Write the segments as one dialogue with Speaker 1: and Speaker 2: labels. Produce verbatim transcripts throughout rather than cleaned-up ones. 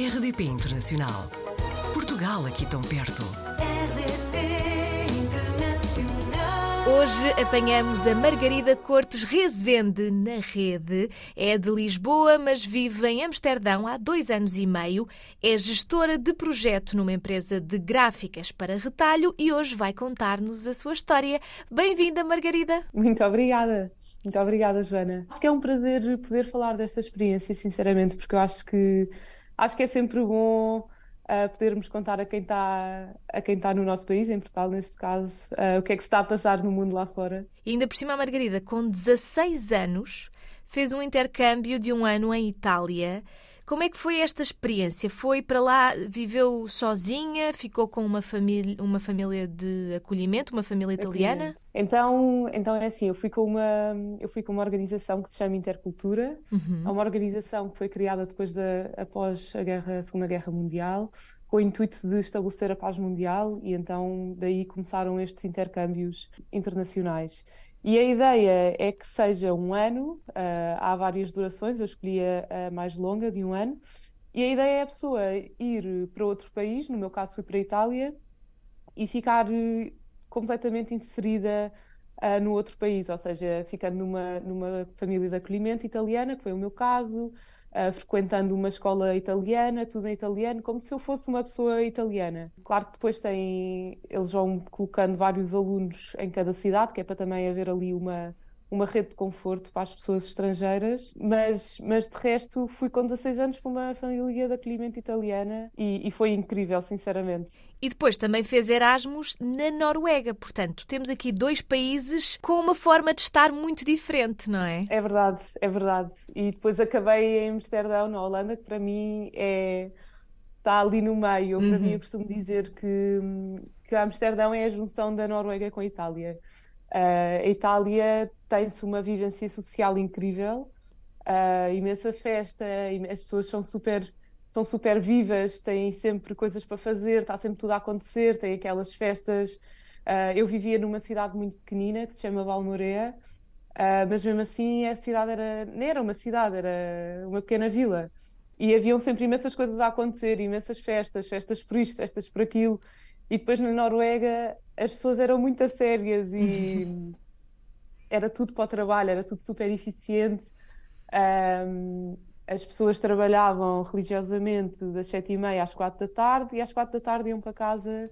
Speaker 1: R D P Internacional. Portugal aqui tão perto.
Speaker 2: R D P Internacional.
Speaker 3: Hoje apanhamos a Margarida Cortes Rezende na rede. É de Lisboa, mas vive em Amsterdão há dois anos e meio. É gestora de projeto numa empresa de gráficas para retalho e hoje vai contar-nos a sua história. Bem-vinda, Margarida.
Speaker 4: Muito obrigada. Muito obrigada, Joana. Acho que é um prazer poder falar desta experiência, sinceramente, porque eu acho que, acho que é sempre bom uh, podermos contar a quem está a quem está no nosso país, em Portugal, neste caso, uh, o que é que se está a passar no mundo lá fora.
Speaker 3: E ainda por cima, a Margarida, com dezasseis anos, fez um intercâmbio de um ano em Itália. Como é que foi esta experiência? Foi para lá, viveu sozinha, ficou com uma família, uma família de acolhimento, uma família italiana?
Speaker 4: Então, então é assim, eu fui com uma, eu fui com uma organização que se chama Intercultura.
Speaker 3: Uhum.
Speaker 4: É uma organização que foi criada depois da, após a, guerra, a Segunda Guerra Mundial, com o intuito de estabelecer a paz mundial, e então daí começaram estes intercâmbios internacionais. E a ideia é que seja um ano, uh, há várias durações, eu escolhi a, a mais longa, de um ano, e a ideia é a pessoa ir para outro país, no meu caso fui para a Itália, e ficar uh, completamente inserida uh, no outro país, ou seja, ficando numa, numa família de acolhimento italiana, que foi o meu caso, uh, frequentando uma escola italiana, tudo em italiano, como se eu fosse uma pessoa italiana. Claro que depois tem, eles vão colocando vários alunos em cada cidade, que é para também haver ali uma, uma rede de conforto para as pessoas estrangeiras, mas, mas de resto fui com dezasseis anos para uma família de acolhimento italiana e, e foi incrível, sinceramente.
Speaker 3: E depois também fez Erasmus na Noruega. Portanto, temos aqui dois países com uma forma de estar muito diferente, não é?
Speaker 4: É verdade, é verdade. E depois acabei em Amsterdão, na Holanda, que para mim é... está ali no meio. Para
Speaker 3: Uhum.
Speaker 4: mim, eu costumo dizer que, que Amsterdão é a junção da Noruega com a Itália. Uh, a Itália tem-se uma vivência social incrível, uh, imensa festa, as pessoas são super... são super vivas, têm sempre coisas para fazer, está sempre tudo a acontecer, tem aquelas festas. Uh, eu vivia numa cidade muito pequenina que se chama Valmorea, uh, mas mesmo assim a cidade era, nem era uma cidade, era uma pequena vila. E haviam sempre imensas coisas a acontecer, imensas festas, festas por isto, festas por aquilo. E depois na Noruega as pessoas eram muito sérias e era tudo para o trabalho, era tudo super eficiente. Um, As pessoas trabalhavam religiosamente das sete e meia às quatro da tarde e às quatro da tarde iam para casa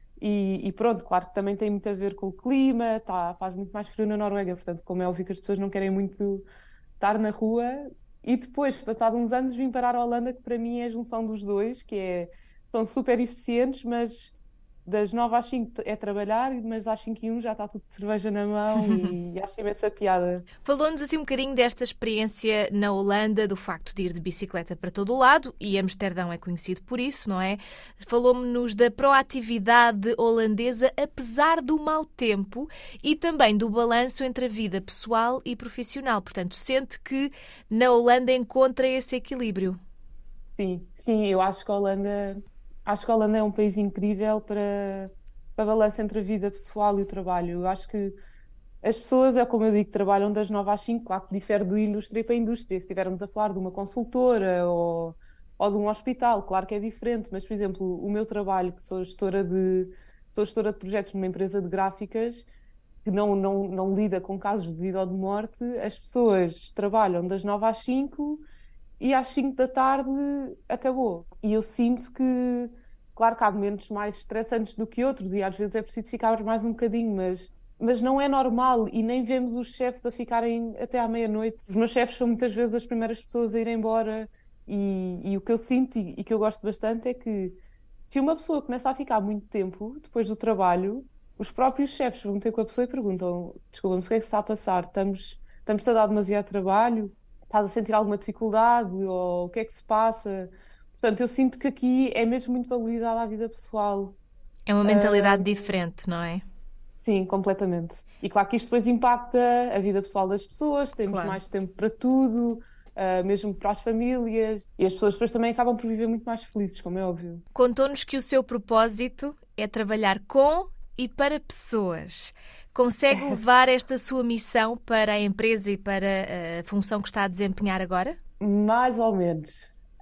Speaker 4: e, e pronto, claro que também tem muito a ver com o clima, tá, faz muito mais frio na Noruega, portanto, como é óbvio que as pessoas não querem muito estar na rua. E depois, passados uns anos, vim parar a Holanda, que para mim é a junção dos dois, que é, são super eficientes, mas das nove às cinco é trabalhar, mas às cinco e um já está tudo de cerveja na mão e acho imensa piada.
Speaker 3: Falou-nos assim um bocadinho desta experiência na Holanda, do facto de ir de bicicleta para todo o lado, e Amsterdão é conhecido por isso, não é? Falou-nos da proatividade holandesa, apesar do mau tempo, e também do balanço entre a vida pessoal e profissional. Portanto, sente que na Holanda encontra esse equilíbrio.
Speaker 4: Sim, sim, eu acho que a Holanda... Acho que a Holanda é um país incrível para, para a balança entre a vida pessoal e o trabalho. Eu acho que as pessoas, é como eu digo, trabalham das nove às cinco, claro que difere de indústria para indústria. Se estivermos a falar de uma consultora ou, ou de um hospital, claro que é diferente, mas, por exemplo, o meu trabalho, que sou gestora de, sou gestora de projetos numa empresa de gráficas, que não, não, não lida com casos de vida ou de morte, as pessoas trabalham das nove às cinco e às cinco da tarde acabou. E eu sinto que, claro que há momentos mais estressantes do que outros e às vezes é preciso ficar mais um bocadinho, mas, mas não é normal e nem vemos os chefes a ficarem até à meia-noite. Os meus chefes são muitas vezes as primeiras pessoas a ir embora e, e o que eu sinto e, e que eu gosto bastante é que se uma pessoa começa a ficar muito tempo depois do trabalho, os próprios chefes vão ter com a pessoa e perguntam: desculpa-me, o que é que se está a passar? Estamos, estamos a dar demasiado trabalho? Estás a sentir alguma dificuldade ou o que é que se passa? Portanto, eu sinto que aqui é mesmo muito valorizada a vida pessoal.
Speaker 3: É uma mentalidade uh, diferente, não é?
Speaker 4: Sim, completamente. E claro que isto depois impacta a vida pessoal das pessoas, temos
Speaker 3: Claro.
Speaker 4: mais tempo para tudo, uh, mesmo para as famílias, e as pessoas depois também acabam por viver muito mais felizes, como é óbvio.
Speaker 3: Contou-nos que o seu propósito é trabalhar com e para pessoas. Consegue levar esta sua missão para a empresa e para a função que está a desempenhar agora?
Speaker 4: Mais ou menos.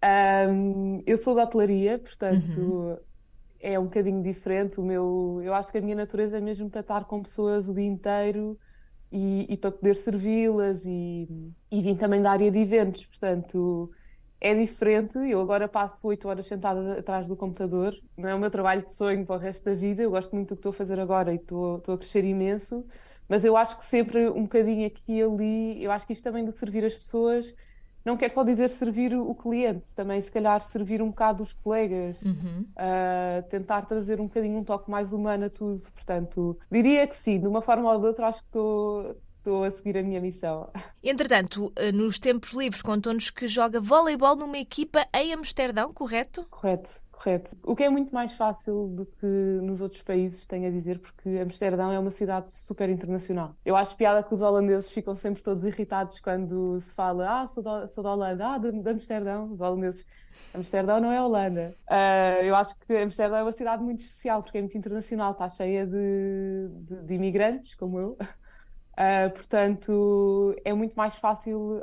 Speaker 4: Ahm, eu sou da hotelaria,
Speaker 3: Uhum.
Speaker 4: portanto é um bocadinho diferente. O meu, eu acho que a minha natureza é mesmo para estar com pessoas o dia inteiro e, e para poder servi-las e, e vim também da área de eventos, portanto é diferente. Eu agora passo oito horas sentada atrás do computador, não é o meu trabalho de sonho para o resto da vida. Eu gosto muito do que estou a fazer agora e estou, estou a crescer imenso, mas eu acho que sempre um bocadinho aqui e ali, eu acho que isto também do servir as pessoas. Não quer só dizer servir o cliente, também se calhar servir um bocado os colegas,
Speaker 3: Uhum.
Speaker 4: uh, tentar trazer um bocadinho um toque mais humano a tudo. Portanto, diria que sim, de uma forma ou de outra, acho que estou estou a seguir a minha missão.
Speaker 3: Entretanto, eh, nos tempos livres, contou-nos que joga voleibol numa equipa em Amsterdão, correto?
Speaker 4: Correto, correto. O que é muito mais fácil do que nos outros países, tenho a dizer, porque Amsterdão é uma cidade super internacional. Eu acho piada que os holandeses ficam sempre todos irritados quando se fala, ah, sou da, sou da Holanda, ah, de, de Amsterdão. Os holandeses, Amsterdão não é Holanda. Ah, eu acho que Amsterdão é uma cidade muito especial, porque é muito internacional, está cheia de, de, de imigrantes, como eu. Uh, portanto, é muito mais fácil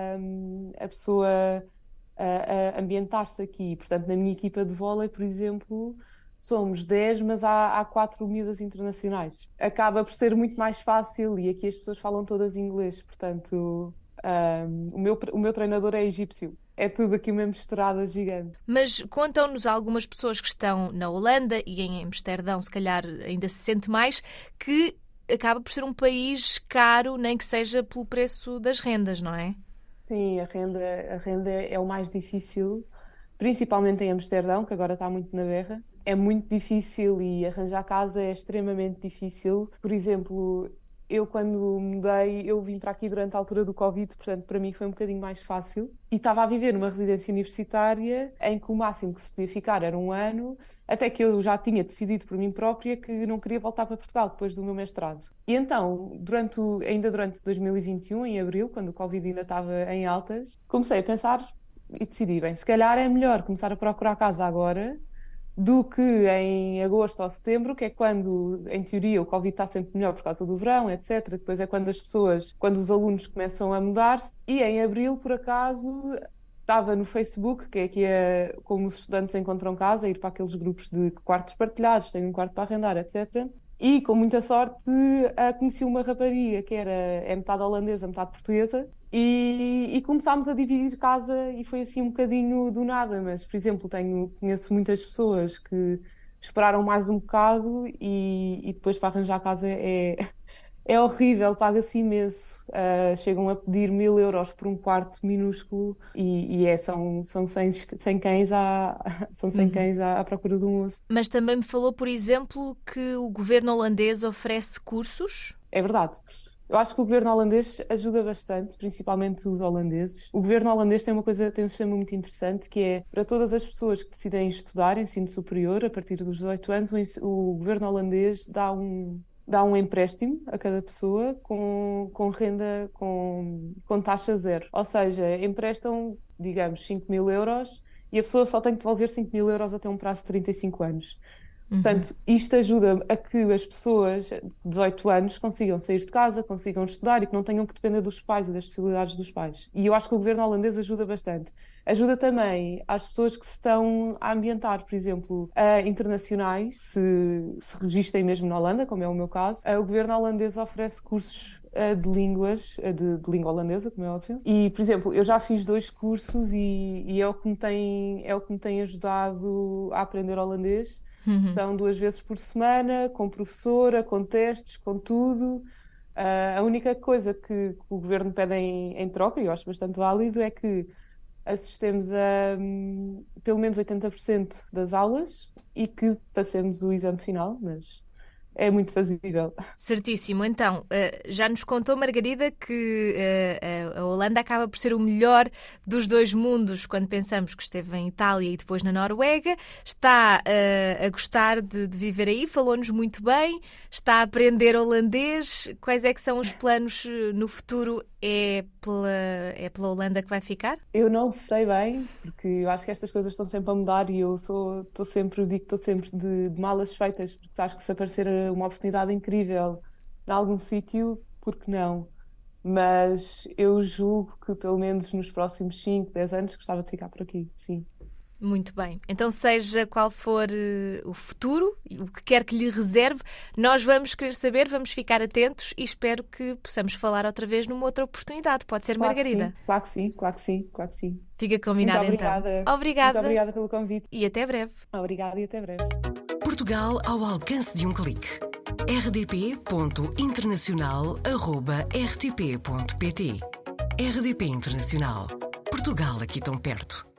Speaker 4: um, a pessoa uh, uh, ambientar-se aqui. Portanto, na minha equipa de vôlei, por exemplo, somos dez, mas há, há quatro miúdas internacionais. Acaba por ser muito mais fácil e aqui as pessoas falam todas inglês. Portanto, um, o meu, o meu treinador é egípcio. É tudo aqui uma misturada gigante.
Speaker 3: Mas contam-nos algumas pessoas que estão na Holanda e em Amsterdão, se calhar ainda se sente mais, que acaba por ser um país caro, nem que seja pelo preço das rendas, não é?
Speaker 4: Sim, a renda, a renda é o mais difícil, principalmente em Amsterdão, que agora está muito na berra. É muito difícil e arranjar casa é extremamente difícil. Por exemplo, eu quando mudei, eu vim para aqui durante a altura do Covid, portanto para mim foi um bocadinho mais fácil. E estava a viver numa residência universitária em que o máximo que se podia ficar era um ano, até que eu já tinha decidido por mim própria que não queria voltar para Portugal depois do meu mestrado. E então, durante o- ainda durante dois mil e vinte e um, em abril, quando o Covid ainda estava em altas, comecei a pensar e decidi, bem, se calhar é melhor começar a procurar casa agora do que em agosto ou setembro, que é quando, em teoria, o Covid está sempre melhor por causa do verão, etcétera. Depois é quando as pessoas, quando os alunos começam a mudar-se. E em abril, por acaso, estava no Facebook, que é aqui é como os estudantes encontram casa, ir para aqueles grupos de quartos partilhados, tenho um quarto para arrendar, etcétera. E com muita sorte ah, conheci uma rapariga que era, é metade holandesa, metade portuguesa, e, e começámos a dividir casa e foi assim um bocadinho do nada. Mas, por exemplo, tenho, conheço muitas pessoas que esperaram mais um bocado e, e depois para arranjar casa é, é horrível, paga-se imenso. Ah, chegam a pedir mil euros por um quarto minúsculo e, e é, são, são cem, cem cães, à, são cem
Speaker 3: Uhum.
Speaker 4: cães à, à procura de um osso.
Speaker 3: Mas também me falou, por exemplo, que o governo holandês oferece cursos.
Speaker 4: É verdade. Eu acho que o governo holandês ajuda bastante, principalmente os holandeses. O governo holandês tem uma coisa, tem um sistema muito interessante que é para todas as pessoas que decidem estudar ensino superior a partir dos dezoito anos, o, ens- o governo holandês dá um dá um empréstimo a cada pessoa com, com renda com, com taxa zero. Ou seja, emprestam, digamos, cinco mil euros e a pessoa só tem que devolver cinco mil euros até um prazo de trinta e cinco anos.
Speaker 3: Uhum.
Speaker 4: Portanto, isto ajuda a que as pessoas de dezoito anos consigam sair de casa, consigam estudar e que não tenham que depender dos pais e das possibilidades dos pais. E eu acho que o governo holandês ajuda bastante. Ajuda também às pessoas que se estão a ambientar, por exemplo, a internacionais, se se registrem mesmo na Holanda, como é o meu caso. O governo holandês oferece cursos eh, de línguas, eh, de, de língua holandesa, como é óbvio. E, por exemplo, eu já fiz dois cursos e, e é o que me tem, é o que me tem ajudado a aprender holandês.
Speaker 3: Uhum.
Speaker 4: São duas vezes por semana, com professora, com testes, com tudo. Ah, a única coisa que, que o governo pede em, em troca, e eu acho bastante válido, é que assistemos a hum, pelo menos oitenta por cento das aulas e que passemos o exame final, mas é muito fazível.
Speaker 3: Certíssimo. Então, eh, já nos contou, Margarida, que eh, a Holanda acaba por ser o melhor dos dois mundos quando pensamos que esteve em Itália e depois na Noruega. Está eh, a gostar de, de viver aí, falou-nos muito bem, está a aprender holandês. Quais é que são os planos eh, no futuro? É pela, é pela Holanda que vai ficar?
Speaker 4: Eu não sei bem, porque eu acho que estas coisas estão sempre a mudar e eu sou, estou sempre, digo que estou sempre de, de malas feitas, porque acho que se aparecer uma oportunidade incrível em algum sítio, por que não? mas eu julgo que pelo menos nos próximos cinco, dez anos gostava de ficar por aqui, sim.
Speaker 3: Muito bem. Então, seja qual for uh, o futuro, o que quer que lhe reserve, nós vamos querer saber, vamos ficar atentos e espero que possamos falar outra vez numa outra oportunidade. Pode ser,
Speaker 4: Claro
Speaker 3: Margarida?
Speaker 4: Que sim, claro que sim, claro que sim, claro que sim.
Speaker 3: Fica combinado
Speaker 4: Muito
Speaker 3: então.
Speaker 4: obrigada.
Speaker 3: Obrigada.
Speaker 4: Muito obrigada pelo convite.
Speaker 3: E até breve.
Speaker 4: Obrigada e até breve.
Speaker 1: Portugal ao alcance de um clique. r d p ponto internacional arroba r t p ponto p t. R D P Internacional. Portugal aqui tão perto.